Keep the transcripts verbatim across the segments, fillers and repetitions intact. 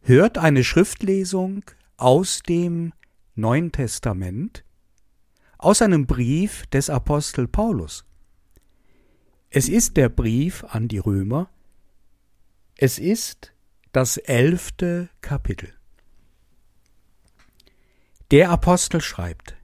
hört eine Schriftlesung aus dem Neuen Testament, aus einem Brief des Apostel Paulus. Es ist der Brief an die Römer. Es ist das elfte Kapitel. Der Apostel schreibt: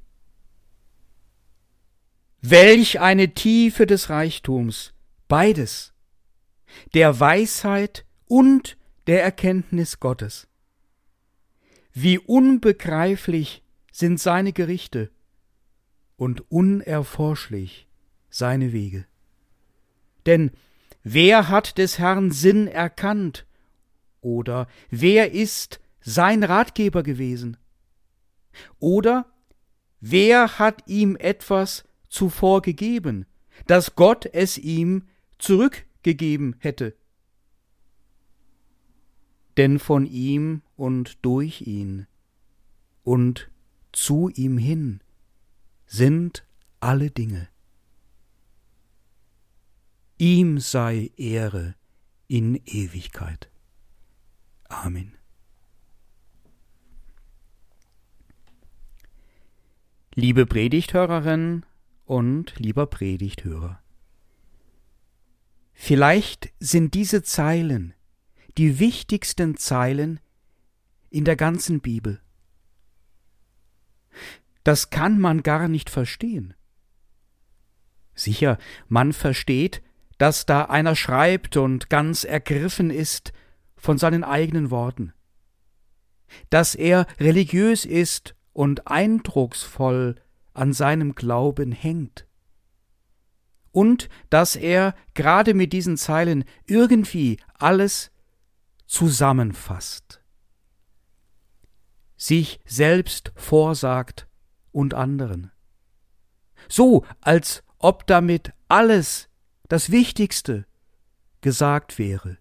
Welch eine Tiefe des Reichtums, beides, der Weisheit und der Erkenntnis Gottes. Wie unbegreiflich sind seine Gerichte und unerforschlich seine Wege. Denn wer hat des Herrn Sinn erkannt, oder wer ist sein Ratgeber gewesen? Oder wer hat ihm etwas zuvor gegeben, dass Gott es ihm zurückgegeben hätte? Denn von ihm und durch ihn und zu ihm hin sind alle Dinge. Ihm sei Ehre in Ewigkeit. Amen. Liebe Predigthörerin und lieber Predigthörer, vielleicht sind diese Zeilen die wichtigsten Zeilen in der ganzen Bibel. Das kann man gar nicht verstehen. Sicher, man versteht, dass da einer schreibt und ganz ergriffen ist von seinen eigenen Worten, dass er religiös ist und eindrucksvoll an seinem Glauben hängt und dass er gerade mit diesen Zeilen irgendwie alles zusammenfasst, sich selbst vorsagt und anderen, so als ob damit alles, das Wichtigste, gesagt wäre.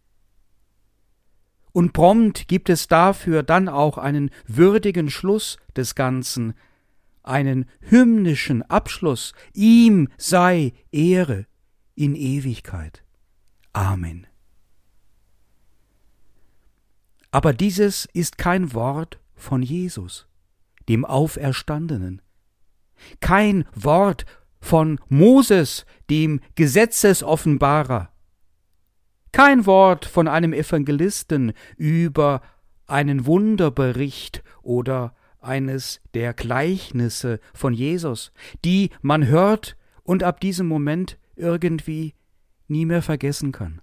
Und prompt gibt es dafür dann auch einen würdigen Schluss des Ganzen, einen hymnischen Abschluss. Ihm sei Ehre in Ewigkeit. Amen. Aber dieses ist kein Wort von Jesus, dem Auferstandenen. Kein Wort von Moses, dem Gesetzesoffenbarer. Kein Wort von einem Evangelisten über einen Wunderbericht oder eines der Gleichnisse von Jesus, die man hört und ab diesem Moment irgendwie nie mehr vergessen kann,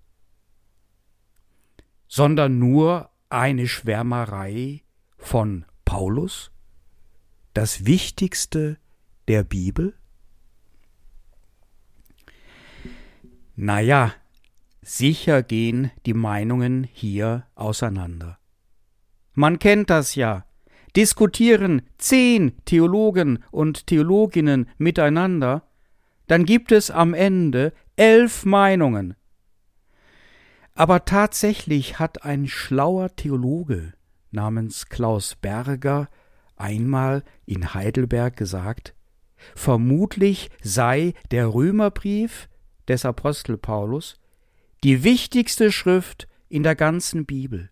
sondern nur eine Schwärmerei von Paulus, das Wichtigste der Bibel? Naja, sicher gehen die Meinungen hier auseinander. Man kennt das ja. Diskutieren zehn Theologen und Theologinnen miteinander, dann gibt es am Ende elf Meinungen. Aber tatsächlich hat ein schlauer Theologe namens Klaus Berger einmal in Heidelberg gesagt, vermutlich sei der Römerbrief des Apostel Paulus die wichtigste Schrift in der ganzen Bibel.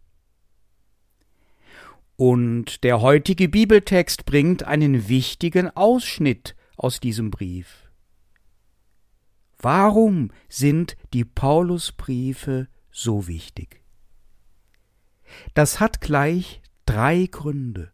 Und der heutige Bibeltext bringt einen wichtigen Ausschnitt aus diesem Brief. Warum sind die Paulusbriefe so wichtig? Das hat gleich drei Gründe.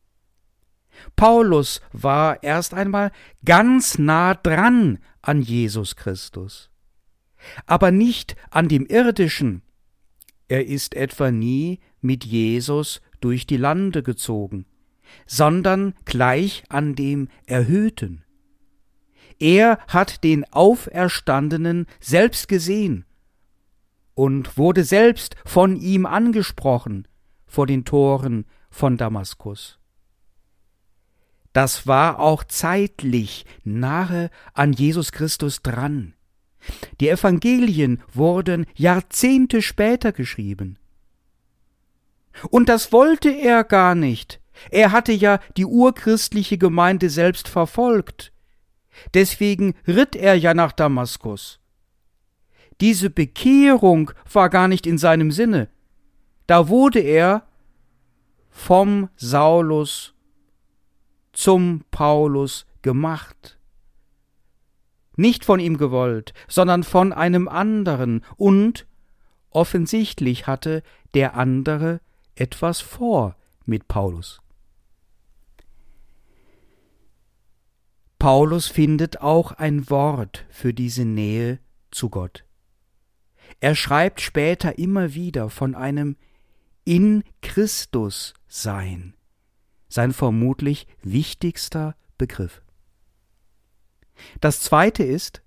Paulus war erst einmal ganz nah dran an Jesus Christus, aber nicht an dem Irdischen. Er ist etwa nie mit Jesus durch die Lande gezogen, sondern gleich an dem Erhöhten. Er hat den Auferstandenen selbst gesehen und wurde selbst von ihm angesprochen vor den Toren von Damaskus. Das war auch zeitlich nahe an Jesus Christus dran. Die Evangelien wurden Jahrzehnte später geschrieben. Und das wollte er gar nicht. Er hatte ja die urchristliche Gemeinde selbst verfolgt. Deswegen ritt er ja nach Damaskus. Diese Bekehrung war gar nicht in seinem Sinne. da wurde er vom Saulus zum Paulus gemacht. Nicht von ihm gewollt, sondern von einem anderen, und offensichtlich hatte der andere etwas vor mit Paulus. Paulus findet auch ein Wort für diese Nähe zu Gott. Er schreibt später immer wieder von einem in Christus sein, sein vermutlich wichtigster Begriff. Das Zweite ist,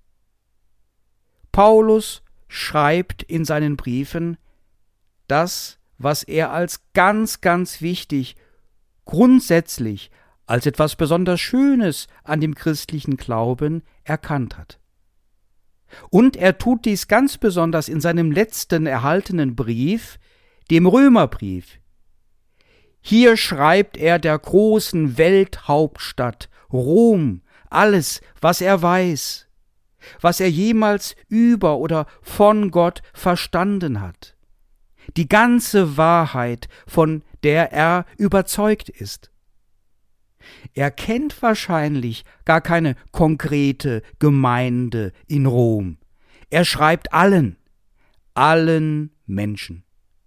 Paulus schreibt in seinen Briefen das, was er als ganz, ganz wichtig, grundsätzlich als etwas besonders Schönes an dem christlichen Glauben erkannt hat. Und er tut dies ganz besonders in seinem letzten erhaltenen Brief, dem Römerbrief. Hier schreibt er der großen Welthauptstadt Rom alles, was er weiß, was er jemals über oder von Gott verstanden hat, die ganze Wahrheit, von der er überzeugt ist. Er kennt wahrscheinlich gar keine konkrete Gemeinde in Rom. Er schreibt allen, allen Menschen.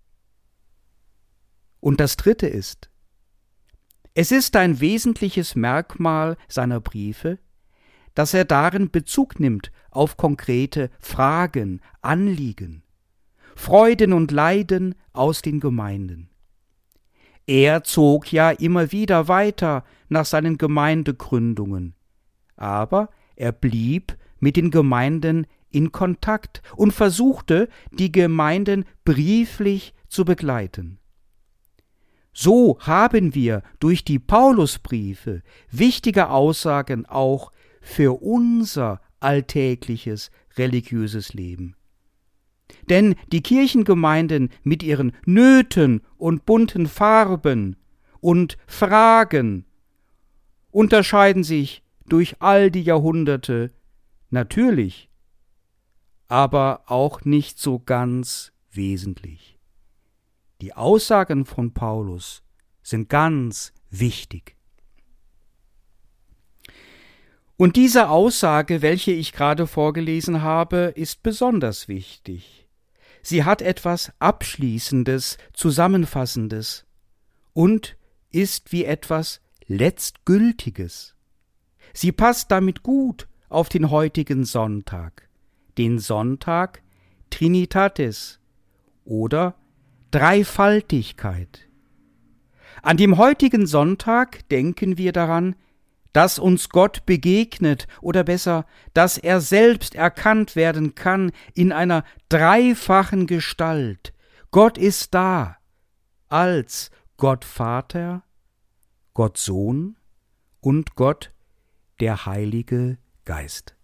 Und das Dritte ist, es ist ein wesentliches Merkmal seiner Briefe, dass er darin Bezug nimmt auf konkrete Fragen, Anliegen, Freuden und Leiden aus den Gemeinden. Er zog ja immer wieder weiter nach seinen Gemeindegründungen, aber er blieb mit den Gemeinden in Kontakt und versuchte, die Gemeinden brieflich zu begleiten. So haben wir durch die Paulusbriefe wichtige Aussagen auch für unser alltägliches religiöses Leben. Denn die Kirchengemeinden mit ihren Nöten und bunten Farben und Fragen unterscheiden sich durch all die Jahrhunderte natürlich, aber auch nicht so ganz wesentlich. Die Aussagen von Paulus sind ganz wichtig. Und diese Aussage, welche ich gerade vorgelesen habe, ist besonders wichtig. Sie hat etwas Abschließendes, Zusammenfassendes und ist wie etwas Letztgültiges. Sie passt damit gut auf den heutigen Sonntag, den Sonntag Trinitatis oder Dreifaltigkeit. An dem heutigen Sonntag denken wir daran, dass uns Gott begegnet oder besser, dass er selbst erkannt werden kann in einer dreifachen Gestalt. Gott ist da als Gott Vater, Gott Sohn und Gott der Heilige Geist.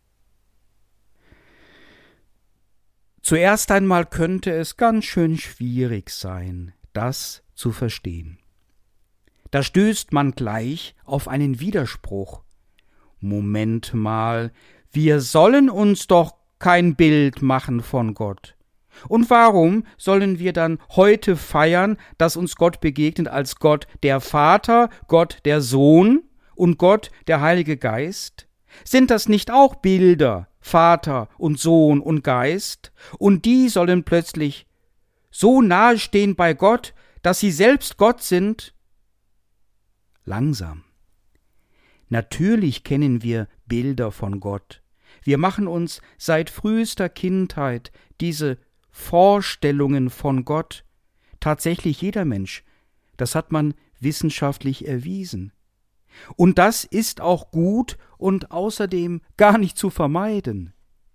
Zuerst einmal könnte es ganz schön schwierig sein, das zu verstehen. Da stößt man gleich auf einen Widerspruch. Moment mal, wir sollen uns doch kein Bild machen von Gott. Und warum sollen wir dann heute feiern, dass uns Gott begegnet als Gott der Vater, Gott der Sohn und Gott der Heilige Geist? Sind das nicht auch Bilder, Vater und Sohn und Geist? Und die sollen plötzlich so nahe stehen bei Gott, dass sie selbst Gott sind? Langsam. Natürlich kennen wir Bilder von Gott. Wir machen uns seit frühester Kindheit diese Vorstellungen von Gott. Tatsächlich jeder Mensch. Das hat man wissenschaftlich erwiesen. Und das ist auch gut und außerdem gar nicht zu vermeiden.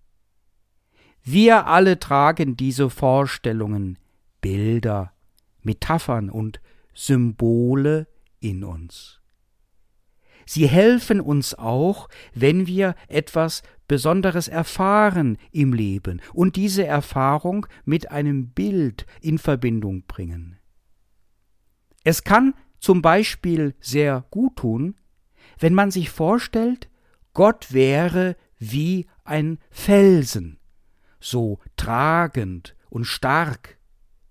Wir alle tragen diese Vorstellungen, Bilder, Metaphern und Symbole in uns. Sie helfen uns auch, wenn wir etwas Besonderes erfahren im Leben und diese Erfahrung mit einem Bild in Verbindung bringen. Es kann zum Beispiel sehr gut tun, wenn man sich vorstellt, Gott wäre wie ein Felsen, so tragend und stark.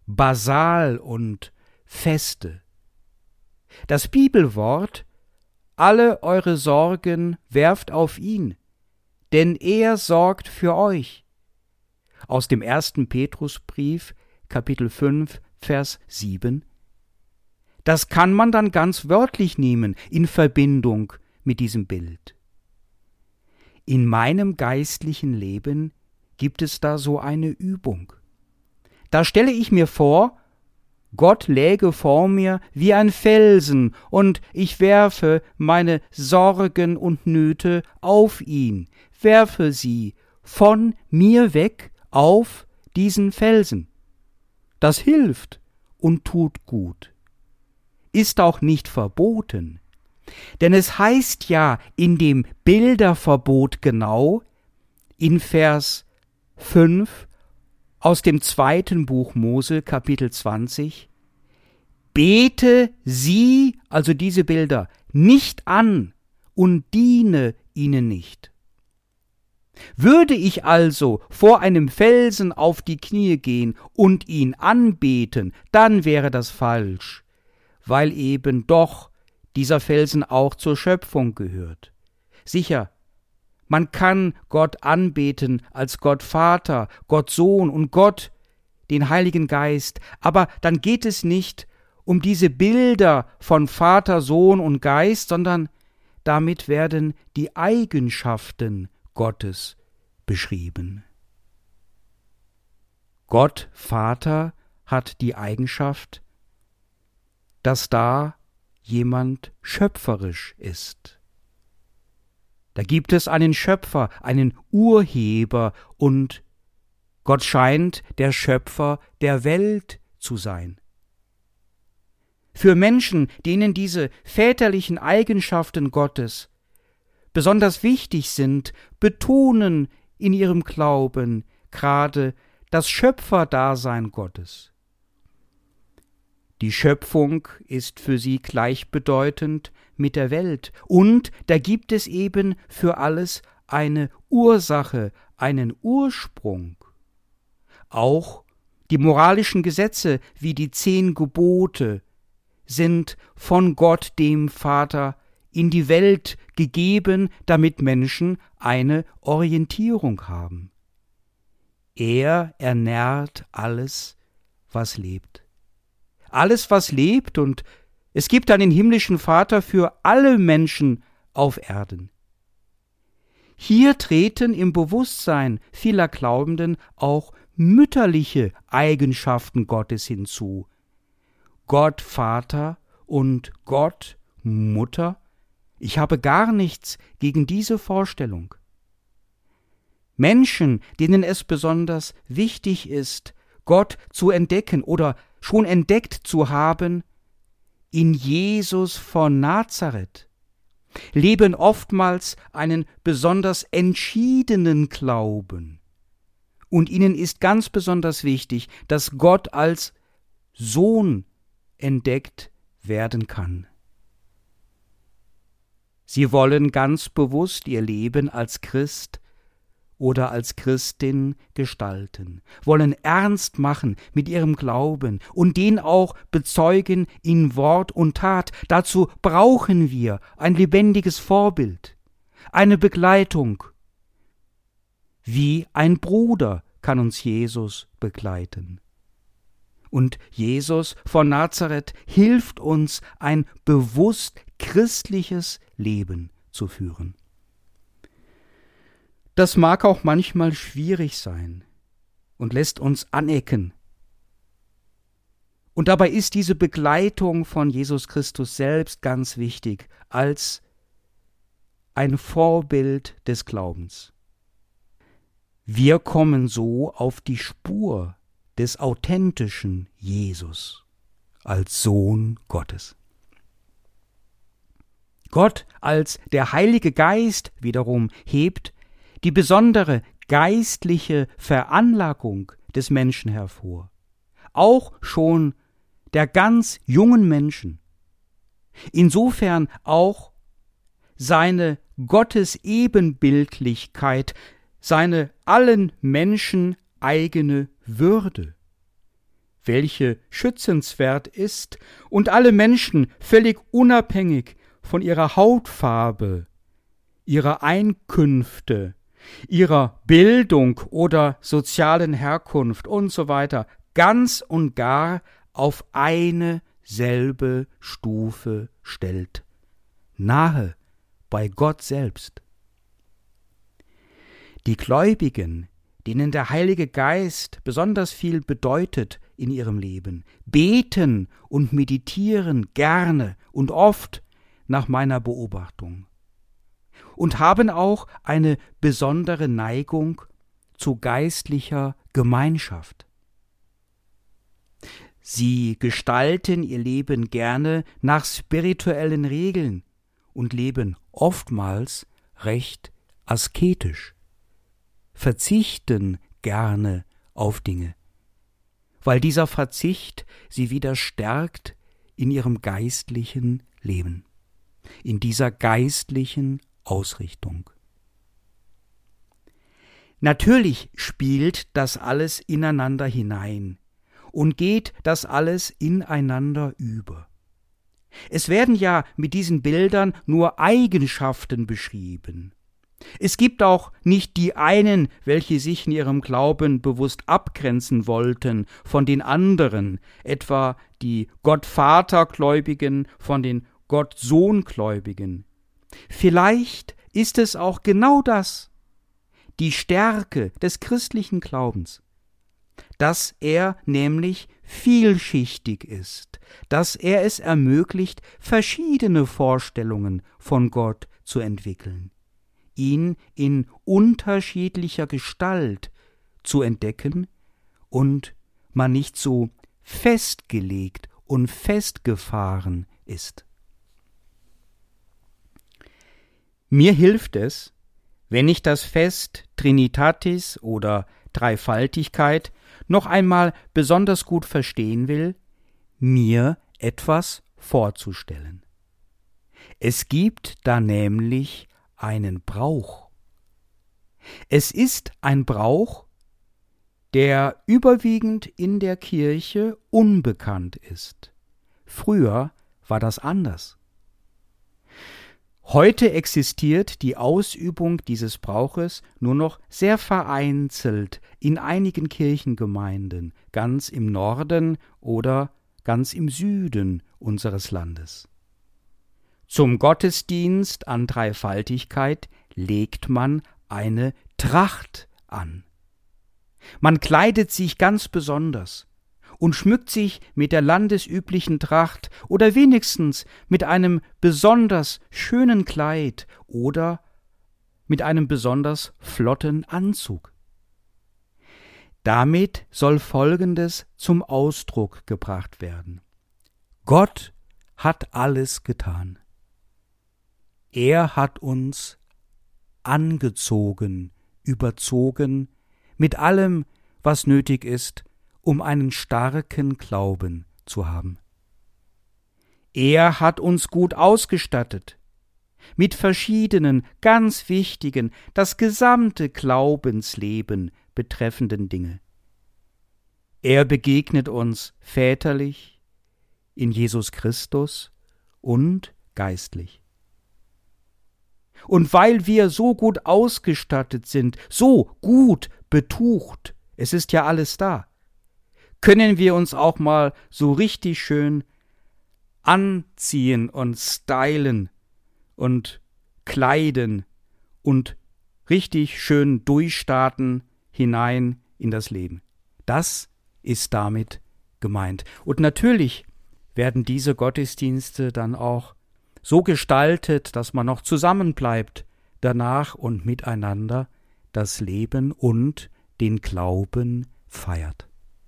basal und feste. Das Bibelwort »Alle eure Sorgen werft auf ihn, denn er sorgt für euch« aus dem ersten Petrusbrief, Kapitel fünf, Vers sieben. Das kann man dann ganz wörtlich nehmen in Verbindung mit diesem Bild. In meinem geistlichen Leben gibt es da so eine Übung. Da stelle ich mir vor, Gott läge vor mir wie ein Felsen, und ich werfe meine Sorgen und Nöte auf ihn, werfe sie von mir weg auf diesen Felsen. Das hilft und tut gut. Ist auch nicht verboten. Denn es heißt ja in dem Bilderverbot genau, in Vers fünf aus dem zweiten Buch Mose, Kapitel zwanzig, bete sie, also diese Bilder, nicht an und diene ihnen nicht. Würde ich also vor einem Felsen auf die Knie gehen und ihn anbeten, dann wäre das falsch, weil eben doch dieser Felsen auch zur Schöpfung gehört. Sicher, man kann Gott anbeten als Gott Vater, Gott Sohn und Gott, den Heiligen Geist, aber dann geht es nicht um diese Bilder von Vater, Sohn und Geist, sondern damit werden die Eigenschaften Gottes beschrieben. Gott Vater hat die Eigenschaft, dass da jemand schöpferisch ist. Da gibt es einen Schöpfer, einen Urheber, und Gott scheint der Schöpfer der Welt zu sein. Für Menschen, denen diese väterlichen Eigenschaften Gottes besonders wichtig sind, betonen in ihrem Glauben gerade das Schöpferdasein Gottes. Die Schöpfung ist für sie gleichbedeutend mit der Welt, und da gibt es eben für alles eine Ursache, einen Ursprung. Auch die moralischen Gesetze wie die zehn Gebote sind von Gott dem Vater in die Welt gegeben, damit Menschen eine Orientierung haben. Er ernährt alles, was lebt. Alles, was lebt, und es gibt einen himmlischen Vater für alle Menschen auf Erden. Hier treten im Bewusstsein vieler Glaubenden auch mütterliche Eigenschaften Gottes hinzu. Gott Vater und Gott Mutter. Ich habe gar nichts gegen diese Vorstellung. Menschen, denen es besonders wichtig ist, Gott zu entdecken oder schon entdeckt zu haben, in Jesus von Nazareth, leben oftmals einen besonders entschiedenen Glauben. Und ihnen ist ganz besonders wichtig, dass Gott als Sohn entdeckt werden kann. Sie wollen ganz bewusst ihr Leben als Christ oder als Christin gestalten, wollen ernst machen mit ihrem Glauben und den auch bezeugen in Wort und Tat. Dazu brauchen wir ein lebendiges Vorbild, eine Begleitung. Wie ein Bruder kann uns Jesus begleiten. Und Jesus von Nazareth hilft uns, ein bewusst christliches Leben zu führen. Das mag auch manchmal schwierig sein und lässt uns anecken. Und dabei ist diese Begleitung von Jesus Christus selbst ganz wichtig als ein Vorbild des Glaubens. Wir kommen so auf die Spur des authentischen Jesus als Sohn Gottes. Gott als der Heilige Geist wiederum hebt die besondere geistliche Veranlagung des Menschen hervor, auch schon der ganz jungen Menschen. Insofern auch seine Gottesebenbildlichkeit, seine allen Menschen eigene Würde. welche schützenswert ist und alle Menschen völlig unabhängig von ihrer Hautfarbe, ihrer Einkünfte, ihrer Bildung oder sozialen Herkunft und so weiter ganz und gar auf eine selbe Stufe stellt, nahe bei Gott selbst. Die Gläubigen, denen der Heilige Geist besonders viel bedeutet in ihrem Leben, beten und meditieren gerne und oft nach meiner Beobachtung und haben auch eine besondere Neigung zu geistlicher Gemeinschaft. Sie gestalten ihr Leben gerne nach spirituellen Regeln und leben oftmals recht asketisch, verzichten gerne auf Dinge, weil dieser Verzicht sie wieder stärkt in ihrem geistlichen Leben, in dieser geistlichen Ausrichtung. Natürlich spielt das alles ineinander hinein und geht das alles ineinander über. Es werden ja mit diesen Bildern nur Eigenschaften beschrieben. Es gibt auch nicht die einen, welche sich in ihrem Glauben bewusst abgrenzen wollten von den anderen, etwa die Gott-Vater-Gläubigen von den Gott-Sohn-Gläubigen. Vielleicht ist es auch genau das, die Stärke des christlichen Glaubens, dass er nämlich vielschichtig ist, dass er es ermöglicht, verschiedene Vorstellungen von Gott zu entwickeln, ihn in unterschiedlicher Gestalt zu entdecken und man nicht so festgelegt und festgefahren ist. Mir hilft es, wenn ich das Fest Trinitatis oder Dreifaltigkeit noch einmal besonders gut verstehen will, mir etwas vorzustellen. Es gibt da nämlich einen Brauch. Es ist ein Brauch, der überwiegend in der Kirche unbekannt ist. Früher war das anders. Heute existiert die Ausübung dieses Brauches nur noch sehr vereinzelt in einigen Kirchengemeinden, ganz im Norden oder ganz im Süden unseres Landes. Zum Gottesdienst an Dreifaltigkeit legt man eine Tracht an. Man kleidet sich ganz besonders und schmückt sich mit der landesüblichen Tracht oder wenigstens mit einem besonders schönen Kleid oder mit einem besonders flotten Anzug. Damit soll Folgendes zum Ausdruck gebracht werden: Gott hat alles getan. Er hat uns angezogen, überzogen mit allem, was nötig ist, um einen starken Glauben zu haben. Er hat uns gut ausgestattet mit verschiedenen, ganz wichtigen, das gesamte Glaubensleben betreffenden Dinge. Er begegnet uns väterlich in Jesus Christus und geistlich. Und weil wir so gut ausgestattet sind, so gut betucht, es ist ja alles da, können wir uns auch mal so richtig schön anziehen und stylen und kleiden und richtig schön durchstarten hinein in das Leben. Das ist damit gemeint. Und natürlich werden diese Gottesdienste dann auch so gestaltet, dass man noch zusammenbleibt, danach und miteinander das Leben und den Glauben feiert.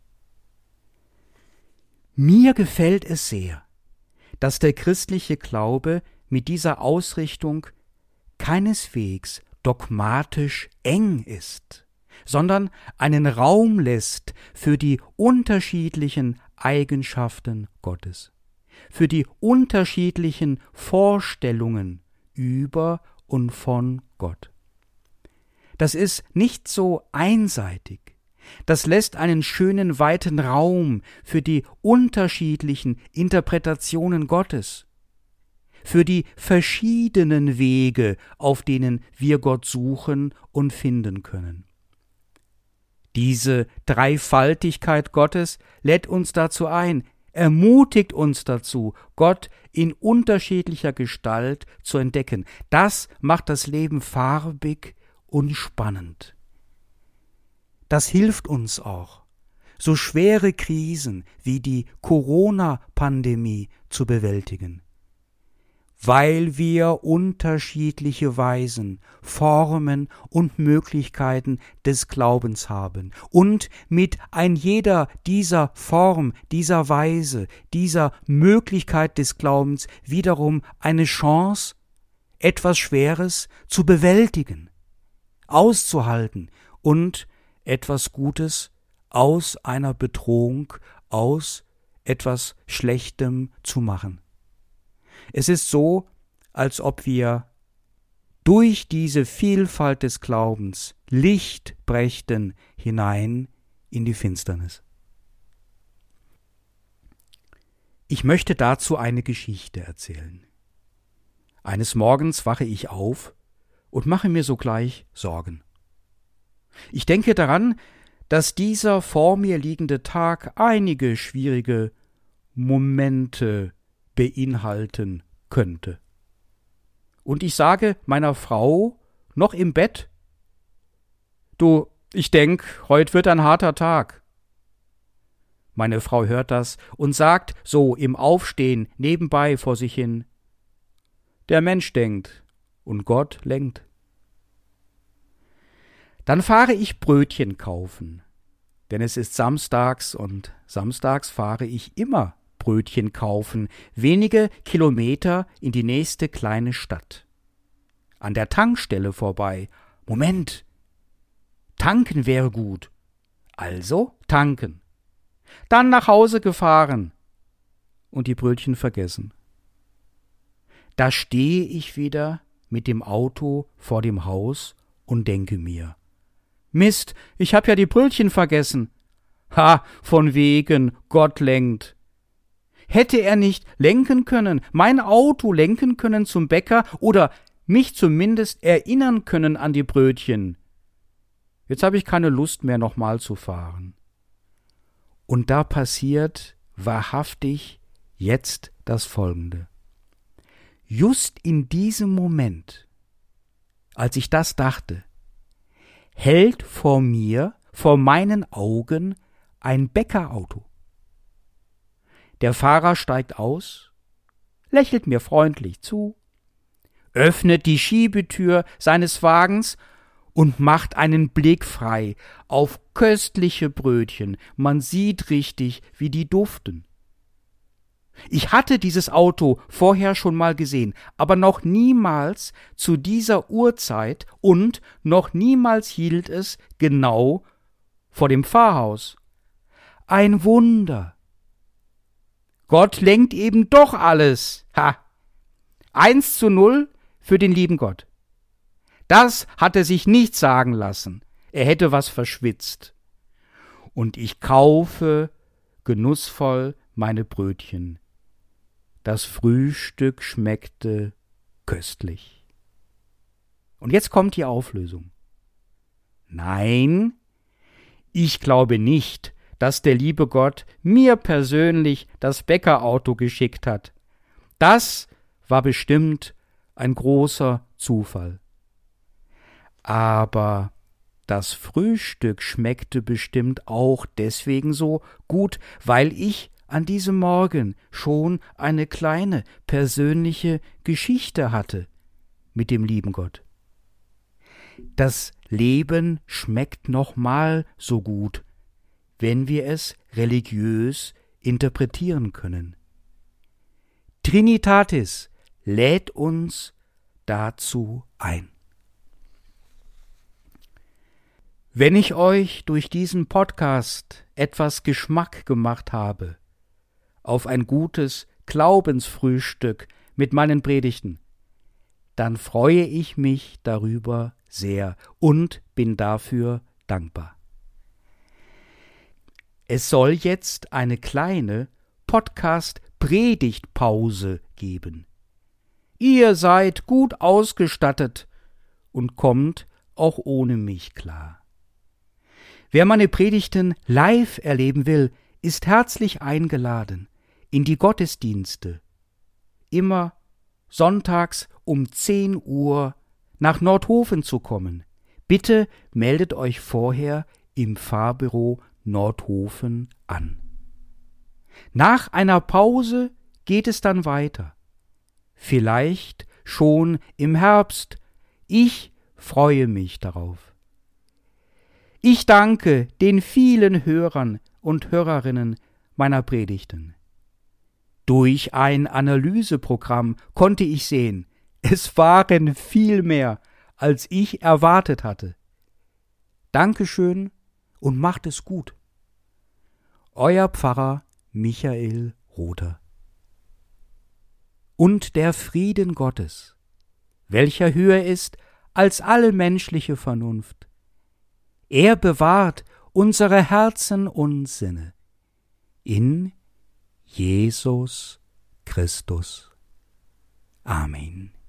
Mir gefällt es sehr, dass der christliche Glaube mit dieser Ausrichtung keineswegs dogmatisch eng ist, sondern einen Raum lässt für die unterschiedlichen Eigenschaften Gottes, für die unterschiedlichen Vorstellungen über und von Gott. Das ist nicht so einseitig, Das lässt einen schönen weiten Raum für die unterschiedlichen Interpretationen Gottes, für die verschiedenen Wege, auf denen wir Gott suchen und finden können. Diese Dreifaltigkeit Gottes lädt uns dazu ein, ermutigt uns dazu, Gott in unterschiedlicher Gestalt zu entdecken. Das macht das Leben farbig und spannend. Das hilft uns auch, so schwere Krisen wie die Corona-Pandemie zu bewältigen, weil wir unterschiedliche Weisen, Formen und Möglichkeiten des Glaubens haben und mit ein jeder dieser Form, dieser Weise, dieser Möglichkeit des Glaubens wiederum eine Chance, etwas Schweres zu bewältigen, auszuhalten und etwas Gutes aus einer Bedrohung, aus etwas Schlechtem zu machen. Es ist so, als ob wir durch diese Vielfalt des Glaubens Licht brächten hinein in die Finsternis. Ich möchte dazu eine Geschichte erzählen. Eines Morgens wache ich auf und mache mir sogleich Sorgen. Ich denke daran, dass dieser vor mir liegende Tag einige schwierige Momente beinhalten könnte. Und ich sage meiner Frau noch im Bett: Du, ich denk, heute wird ein harter Tag. Meine Frau hört das und sagt so im Aufstehen nebenbei vor sich hin: Der Mensch denkt und Gott lenkt. Dann fahre ich Brötchen kaufen, denn es ist samstags und samstags fahre ich immer Brötchen kaufen, wenige Kilometer in die nächste kleine Stadt. An der Tankstelle vorbei. Moment, tanken wäre gut. Also tanken. Dann nach Hause gefahren und die Brötchen vergessen. Da stehe ich wieder mit dem Auto vor dem Haus und denke mir: Mist, ich hab ja die Brötchen vergessen. Ha, von wegen, Gott lenkt. Hätte er nicht lenken können, mein Auto lenken können zum Bäcker oder mich zumindest erinnern können an die Brötchen? Jetzt habe ich keine Lust mehr, nochmal zu fahren. Und da passiert wahrhaftig jetzt das Folgende. Just in diesem Moment, als ich das dachte, hält vor mir, vor meinen Augen, ein Bäckerauto. Der Fahrer steigt aus, lächelt mir freundlich zu, öffnet die Schiebetür seines Wagens und macht einen Blick frei auf köstliche Brötchen. Man sieht richtig, wie die duften. Ich hatte dieses Auto vorher schon mal gesehen, aber noch niemals zu dieser Uhrzeit und noch niemals hielt es genau vor dem Pfarrhaus. Ein Wunder. Gott lenkt eben doch alles. Ha! Eins zu null für den lieben Gott. Das hat er sich nicht sagen lassen. Er hätte was verschwitzt. Und ich kaufe genussvoll meine Brötchen. Das Frühstück schmeckte köstlich. Und jetzt kommt die Auflösung. Nein, ich glaube nicht, dass der liebe Gott mir persönlich das Bäckerauto geschickt hat. Das war bestimmt ein großer Zufall. Aber das Frühstück schmeckte bestimmt auch deswegen so gut, weil ich an diesem Morgen schon eine kleine persönliche Geschichte hatte mit dem lieben Gott. Das Leben schmeckt nochmal so gut, wenn wir es religiös interpretieren können. Trinitatis lädt uns dazu ein. Wenn ich euch durch diesen Podcast etwas Geschmack gemacht habe auf ein gutes Glaubensfrühstück mit meinen Predigten, dann freue ich mich darüber sehr und bin dafür dankbar. Es soll jetzt eine kleine Podcast-Predigtpause geben. Ihr seid gut ausgestattet und kommt auch ohne mich klar. Wer meine Predigten live erleben will, ist herzlich eingeladen in die Gottesdienste. Immer sonntags um zehn Uhr nach Nordhofen zu kommen. Bitte meldet euch vorher im Pfarrbüro Nordhofen an. Nach einer Pause geht es dann weiter. Vielleicht schon im Herbst. Ich freue mich darauf. Ich danke den vielen Hörern und Hörerinnen meiner Predigten. Durch ein Analyseprogramm konnte ich sehen, es waren viel mehr, als ich erwartet hatte. Dankeschön und macht es gut. Euer Pfarrer Michael Rother. Und der Frieden Gottes, welcher höher ist als alle menschliche Vernunft, er bewahrt unsere Herzen und Sinne in Jesus Christus. Amen.